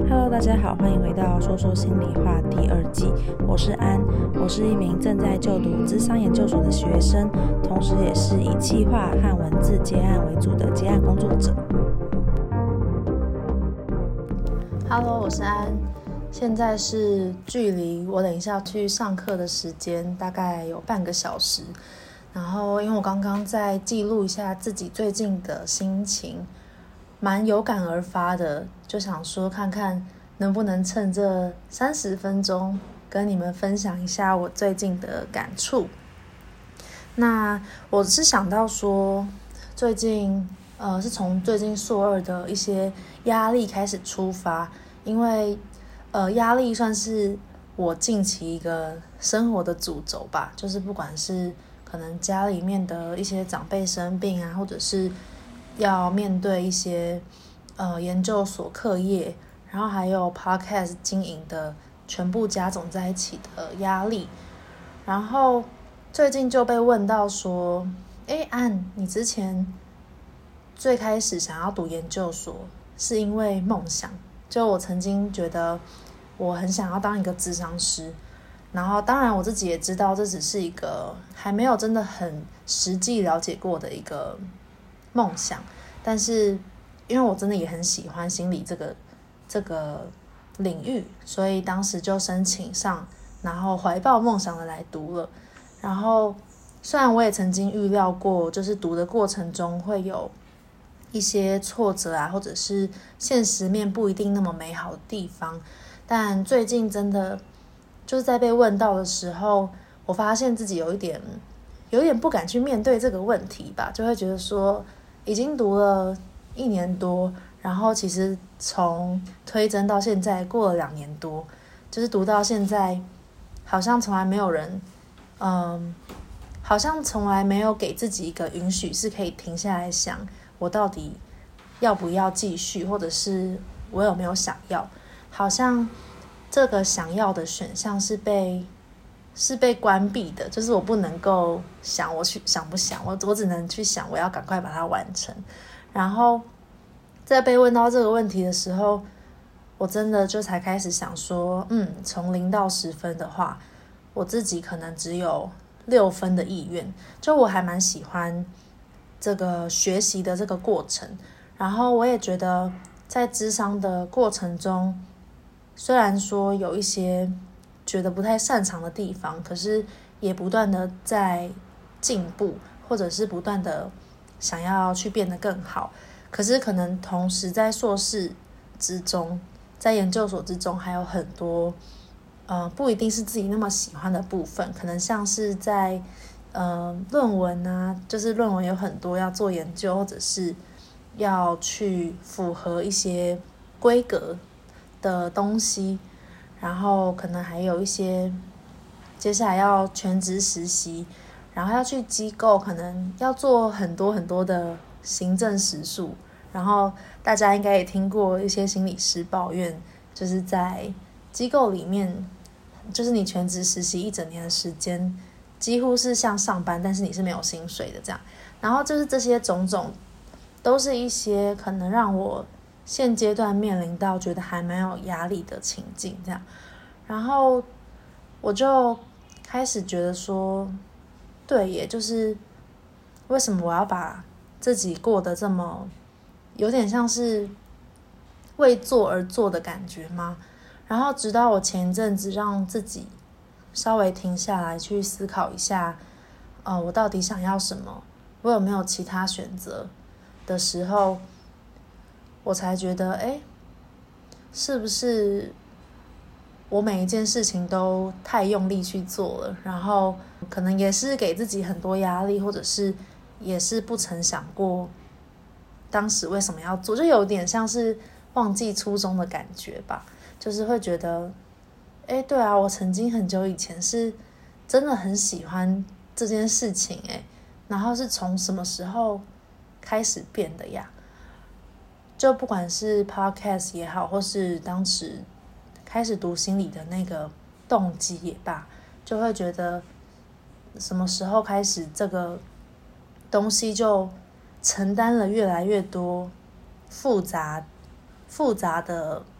Hello， 大家好，欢迎回到说说心里话第2季。我是安，我是一名正在就读諮商研究所的学生，同时也是以企划和文字接案为主的接案工作者。Hello， 我是安，现在是距离我等一下去上课的时间大概有半个小时。然后因为我刚刚在记录一下自己最近的心情，蛮有感而发的，就想说看看能不能趁这30分钟跟你们分享一下我最近的感触。那我是想到说最近是从最近硕2的一些压力开始出发，因为压力算是我近期一个生活的主轴吧，就是不管是可能家里面的一些长辈生病啊，或者是要面对一些研究所课业，然后还有 podcast 经营的全部加总在一起的压力。然后最近就被问到说，安，你之前最开始想要读研究所是因为梦想，就我曾经觉得我很想要当一个諮商師，然后当然我自己也知道这只是一个还没有真的很实际了解过的一个梦想，但是因为我真的也很喜欢心理这个领域，所以当时就申请上，然后怀抱梦想的来读了。然后虽然我也曾经预料过，就是读的过程中会有一些挫折啊，或者是现实面不一定那么美好的地方，但最近真的就是在被问到的时候，我发现自己有一点不敢去面对这个问题吧，就会觉得说已经读了1年多，然后其实从推甄到现在过了2年多，就是读到现在好像从来没有人好像从来没有给自己一个允许是可以停下来想我到底要不要继续，或者是我有没有想要，好像这个想要的选项是被关闭的，就是我不能够想我去想不想，我只能去想我要赶快把它完成。然后在被问到这个问题的时候，我真的就才开始想说，从0到10分的话，我自己可能只有6分的意愿，就我还蛮喜欢这个学习的这个过程，然后我也觉得在諮商的过程中，虽然说有一些觉得不太擅长的地方，可是也不断的在进步，或者是不断的想要去变得更好。可是可能同时在硕士之中，在研究所之中还有很多不一定是自己那么喜欢的部分，可能像是在论文啊，就是论文有很多要做研究，或者是要去符合一些规格的东西，然后可能还有一些接下来要全职实习，然后要去机构，可能要做很多很多的行政时数，然后大家应该也听过一些心理师抱怨，就是在机构里面，就是你全职实习1整年的时间，几乎是像上班，但是你是没有薪水的这样。然后就是这些种种都是一些可能让我现阶段面临到觉得还蛮有压力的情境这样。然后我就开始觉得说，对耶，就是为什么我要把自己过得这么有点像是为做而做的感觉吗？然后直到我前一阵子让自己稍微停下来去思考一下我到底想要什么，我有没有其他选择的时候，我才觉得是不是我每一件事情都太用力去做了，然后可能也是给自己很多压力，或者是也是不曾想过当时为什么要做，就有点像是忘记初衷的感觉吧，就是会觉得对啊，我曾经很久以前是真的很喜欢这件事情然后是从什么时候开始变的呀？就不管是 podcast 也好，或是当时开始读心理的那个动机也罢，就会觉得什么时候开始这个东西就承担了越来越多复杂的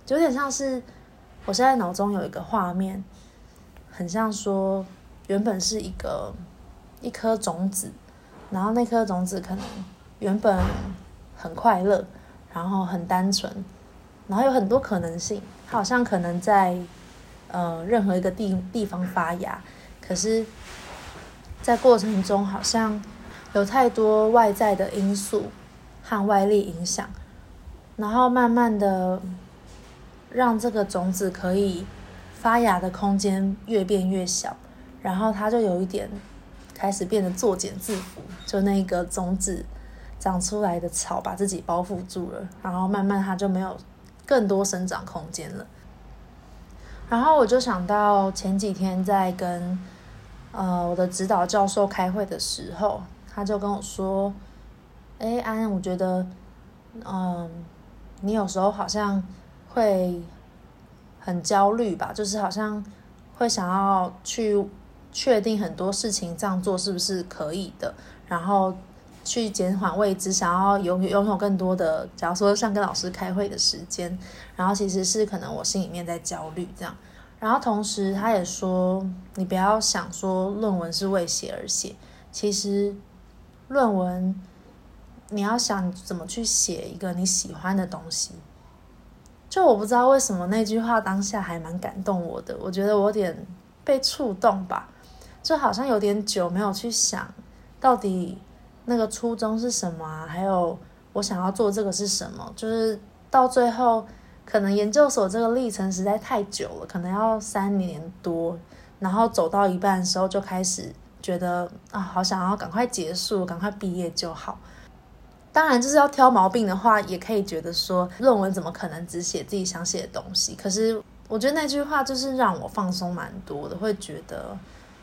就有点像是我现在脑中有一个画面，很像说原本是一颗种子，然后那颗种子可能原本很快乐，然后很单纯，然后有很多可能性，它好像可能在任何一个地方发芽，可是在过程中好像有太多外在的因素和外力影响，然后慢慢的让这个种子可以发芽的空间越变越小，然后它就有一点开始变得作茧自缚，就那个种子长出来的草把自己包覆住了，然后慢慢它就没有更多生长空间了。然后我就想到前几天在跟我的指导教授开会的时候，他就跟我说，安，我觉得你有时候好像会很焦虑吧，就是好像会想要去确定很多事情这样做是不是可以的，然后去减缓未知，想要拥有更多的，假如说像跟老师开会的时间，然后其实是可能我心里面在焦虑这样。然后同时他也说，你不要想说论文是为写而写，其实论文你要想怎么去写一个你喜欢的东西。就我不知道为什么那句话当下还蛮感动我的，我觉得我有点被触动吧，就好像有点久没有去想到底那个初衷是什么啊，还有我想要做这个是什么，就是到最后可能研究所这个历程实在太久了，可能要3年多，然后走到一半的时候就开始觉得好想要赶快结束，赶快毕业就好。当然就是要挑毛病的话，也可以觉得说论文怎么可能只写自己想写的东西，可是我觉得那句话就是让我放松蛮多的，会觉得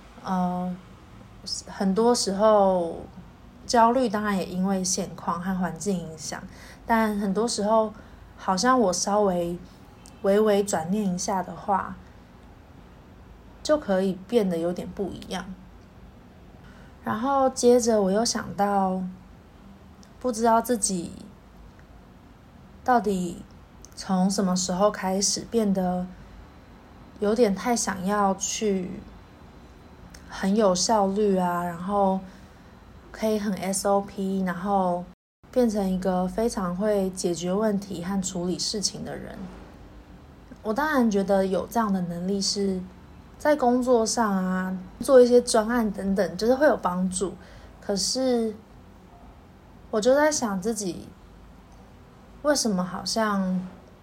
很多时候焦虑当然也因为现况和环境影响，但很多时候好像我稍微微微转念一下的话，就可以变得有点不一样。然后接着我又想到，不知道自己到底从什么时候开始变得有点太想要去很有效率啊，然后可以很 SOP， 然后变成一个非常会解决问题和处理事情的人。我当然觉得有这样的能力是在工作上啊，做一些专案等等，就是会有帮助。可是我就在想自己为什么好像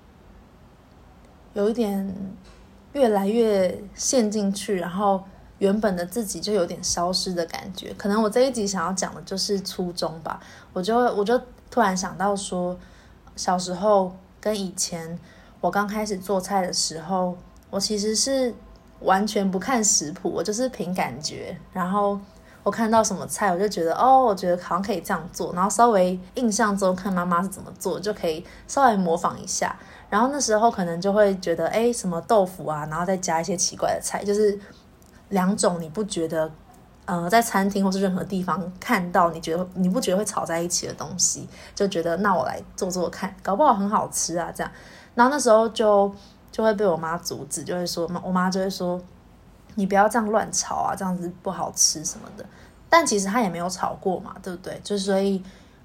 有一点越来越陷进去，然后原本的自己就有点消失的感觉。可能我这一集想要讲的就是初衷吧。我就突然想到说，小时候跟以前我刚开始做菜的时候，我其实是完全不看食谱，我就是凭感觉，然后我看到什么菜我就觉得我觉得好像可以这样做，然后稍微印象中看妈妈是怎么做，就可以稍微模仿一下。然后那时候可能就会觉得什么豆腐啊，然后再加一些奇怪的菜，就是2种你不觉得在餐厅或是任何地方看到你不觉得会炒在一起的东西，就觉得那我来做做看，搞不好很好吃啊这样。然后那时候就会被我妈阻止，就会说我妈就会说你不要这样乱炒啊，这样子不好吃什么的。但其实她也没有炒过嘛，对不对？就所以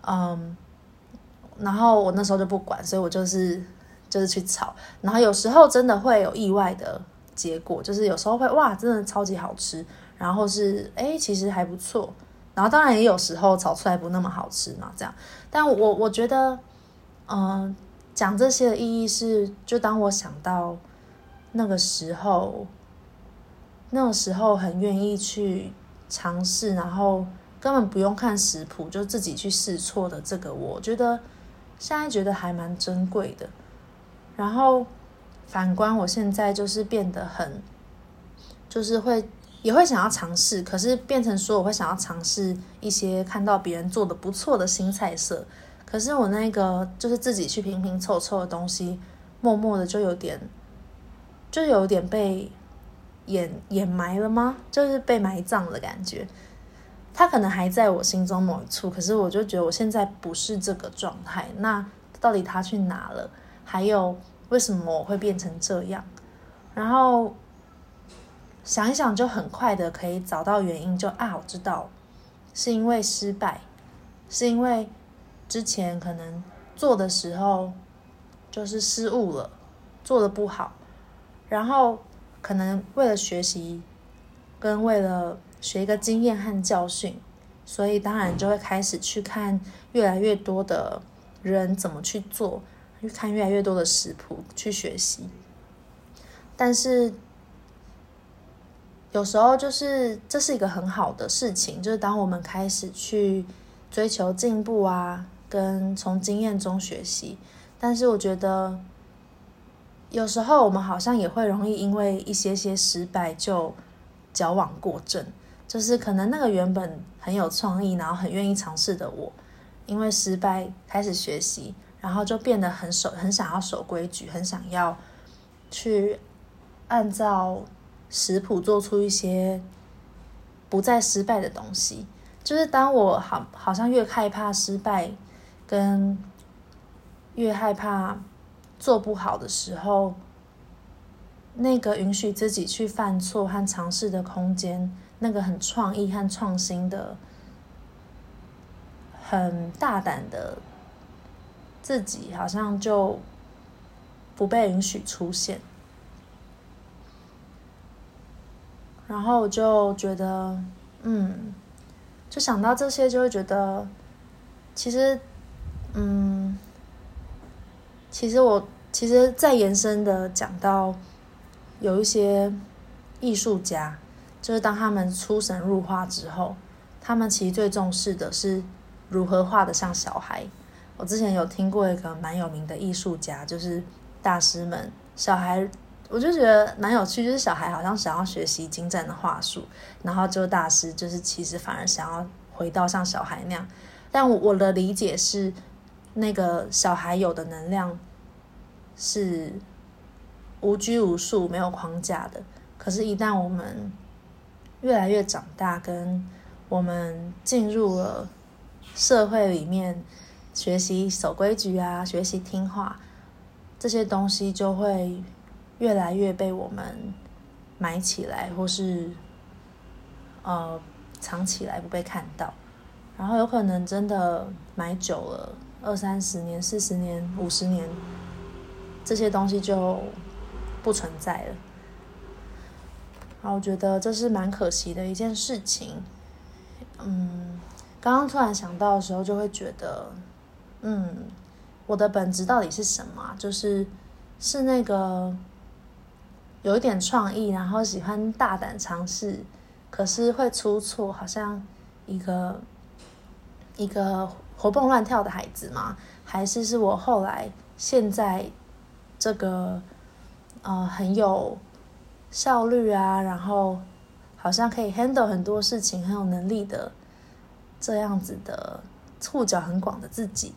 然后我那时候就不管，所以我就是去炒。然后有时候真的会有意外的结果，就是有时候会哇真的超级好吃，然后是其实还不错。然后当然也有时候炒出来不那么好吃嘛，这样。但我觉得讲这些的意义是，就当我想到那个时候很愿意去尝试，然后根本不用看食谱就自己去试错的这个我觉得现在觉得还蛮珍贵的。然后反观我现在就是变得很就是也会想要尝试，可是变成说我会想要尝试一些看到别人做的不错的新菜色，可是我那个就是自己去拼拼凑凑的东西，默默的就有点被掩埋了吗？就是被埋葬的感觉。它可能还在我心中某一处，可是我就觉得我现在不是这个状态。那到底它去哪了？还有为什么我会变成这样？然后想一想就很快的可以找到原因，我知道是因为失败，是因为之前可能做的时候就是失误了，做的不好，然后可能为了学习跟为了学一个经验和教训，所以当然就会开始去看越来越多的人怎么去做，去看越来越多的食谱去学习。但是有时候就是这是一个很好的事情，就是当我们开始去追求进步啊，跟从经验中学习。但是我觉得有时候我们好像也会容易因为一些失败就矫枉过正，就是可能那个原本很有创意然后很愿意尝试的我，因为失败开始学习，然后就变得很想要守规矩，很想要去按照食谱做出一些不再失败的东西。就是当我好像越害怕失败跟越害怕做不好的时候，那个允许自己去犯错和尝试的空间，那个很创意和创新的很大胆的自己好像就不被允许出现。然后我就觉得就想到这些就会觉得其实再延伸的讲到有一些艺术家，就是当他们出神入化之后，他们其实最重视的是如何画得像小孩。我之前有听过一个蛮有名的艺术家，就是大师们小孩，我就觉得蛮有趣，就是小孩好像想要学习精湛的画术，然后就大师就是其实反而想要回到像小孩那样。但我的理解是，那个小孩有的能量是无拘无束没有框架的，可是一旦我们越来越长大，跟我们进入了社会里面学习守规矩啊，学习听话，这些东西就会越来越被我们埋起来，或是藏起来不被看到。然后有可能真的埋久了，20-30年、40年、50年，这些东西就不存在了。然后我觉得这是蛮可惜的一件事情。刚刚突然想到的时候，就会觉得，我的本质到底是什么？就是那个有一点创意，然后喜欢大胆尝试，可是会出错，好像一个活蹦乱跳的孩子吗？还是我后来现在这个很有效率啊，然后好像可以 handle 很多事情，很有能力的这样子的触角很广的自己。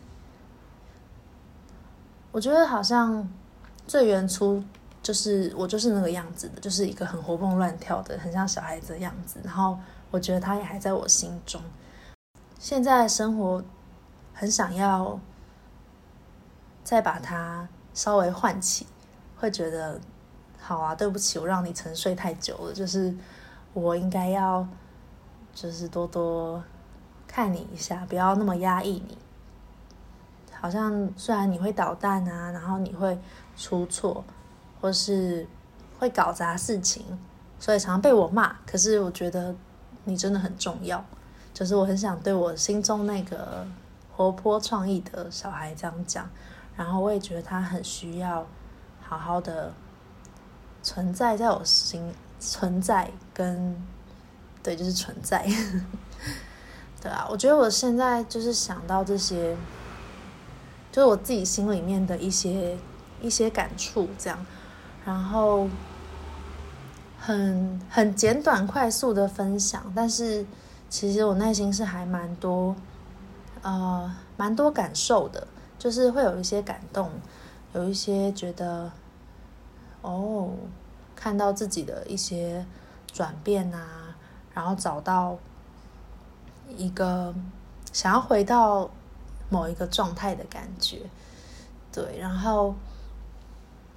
我觉得好像最原初就是我就是那个样子的，就是一个很活蹦乱跳的，很像小孩子的样子。然后我觉得他也还在我心中。现在的生活很想要再把它稍微唤起，会觉得好啊，对不起，我让你沉睡太久了，就是我应该要就是多多看你一下，不要那么压抑你。好像虽然你会捣蛋啊，然后你会出错，或是会搞砸事情，所以常常被我骂，可是我觉得你真的很重要。就是我很想对我心中那个活泼创意的小孩这样讲，然后我也觉得他很需要好好的存在在我心，存在跟对，就是存在对啊，我觉得我现在就是想到这些，就是我自己心里面的一些感触这样，然后很简短快速的分享，但是其实我内心是还蛮多感受的，就是会有一些感动，有一些觉得看到自己的一些转变啊，然后找到一个想要回到某一个状态的感觉。对，然后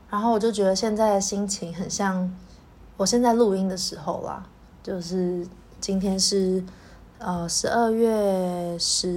然后我就觉得现在的心情很像我现在录音的时候啦，就是今天是12月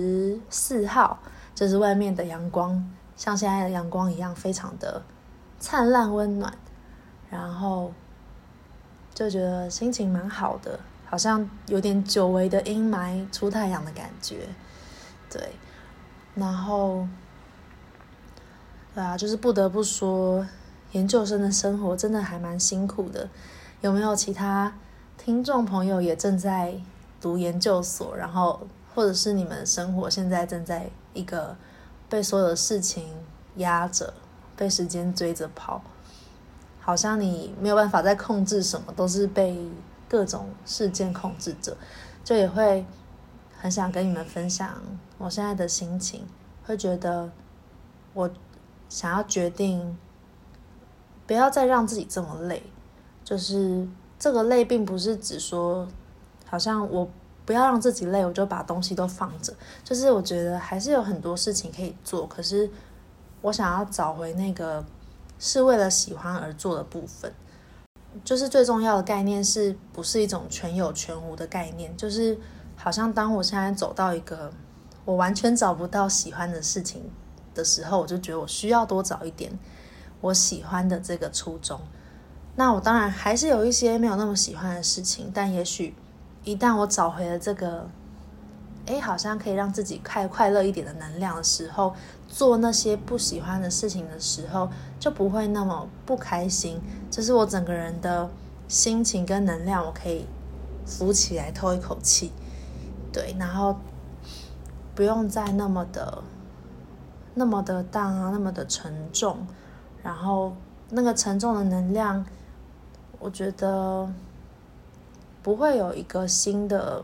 14号，就是外面的阳光像现在的阳光一样非常的灿烂温暖，然后就觉得心情蛮好的，好像有点久违的阴霾出太阳的感觉。对，然后对啊，就是不得不说研究生的生活真的还蛮辛苦的。有没有其他听众朋友也正在读研究所，然后或者是你们生活现在正在一个被所有的事情压着，被时间追着跑，好像你没有办法再控制什么，都是被各种事件控制着，就也会很想跟你们分享我现在的心情，会觉得我想要决定不要再让自己这么累，就是这个累并不是指说好像我不要让自己累我就把东西都放着，就是我觉得还是有很多事情可以做，可是我想要找回那个是为了喜欢而做的部分。就是最重要的概念是不是一种全有全无的概念，就是好像当我现在走到一个我完全找不到喜欢的事情的时候，我就觉得我需要多找一点我喜欢的这个初衷。那我当然还是有一些没有那么喜欢的事情，但也许一旦我找回了这个好像可以让自己快乐一点的能量的时候，做那些不喜欢的事情的时候就不会那么不开心，就是我整个人的心情跟能量我可以浮起来透一口气。对，然后不用再那么的荡啊，那么的沉重，然后那个沉重的能量我觉得不会有一个新的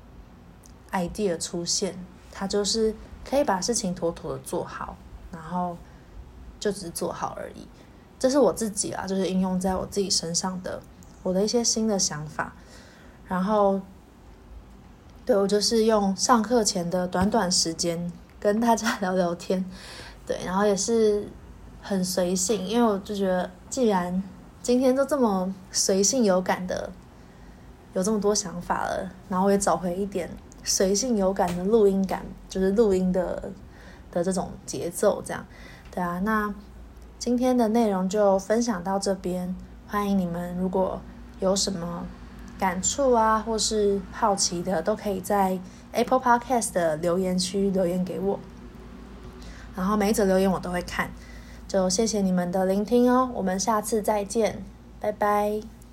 idea 出现，它就是可以把事情妥妥的做好，然后就只是做好而已。这是我自己啦，就是应用在我自己身上的我的一些新的想法。然后对，我就是用上课前的短短时间跟大家聊聊天，对，然后也是很随性，因为我就觉得既然今天都这么随性有感的有这么多想法了，然后我也找回一点随性有感的录音感，就是录音的这种节奏这样。对啊，那今天的内容就分享到这边，欢迎你们如果有什么感触啊或是好奇的，都可以在 Apple Podcast 的留言区留言给我，然后每一则留言我都会看，就谢谢你们的聆听哦，我们下次再见，拜拜。